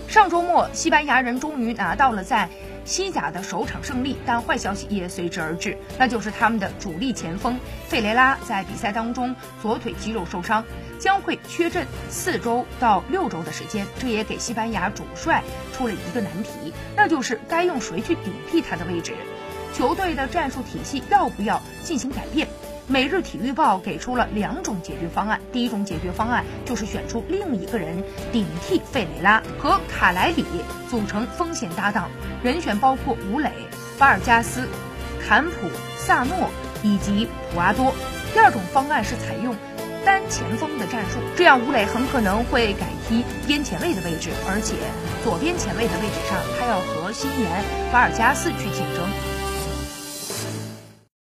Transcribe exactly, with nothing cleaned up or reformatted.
上周末，西班牙人终于拿到了在西甲的首场胜利，但坏消息也随之而至，那就是他们的主力前锋费雷拉在比赛当中左腿肌肉受伤，将会缺阵四周到六周的时间。这也给西班牙主帅出了一个难题，那就是该用谁去顶替他的位置。球队的战术体系要不要进行改变？每日体育报给出了两种解决方案。第一种解决方案就是选出另一个人顶替费雷拉，和卡莱里组成锋线搭档，人选包括武磊、巴尔加斯、坎普、萨诺以及普阿多。第二种方案是采用单前锋的战术，这样武磊很可能会改踢边前卫的位置，而且左边前卫的位置上他要和新援巴尔加斯去竞争。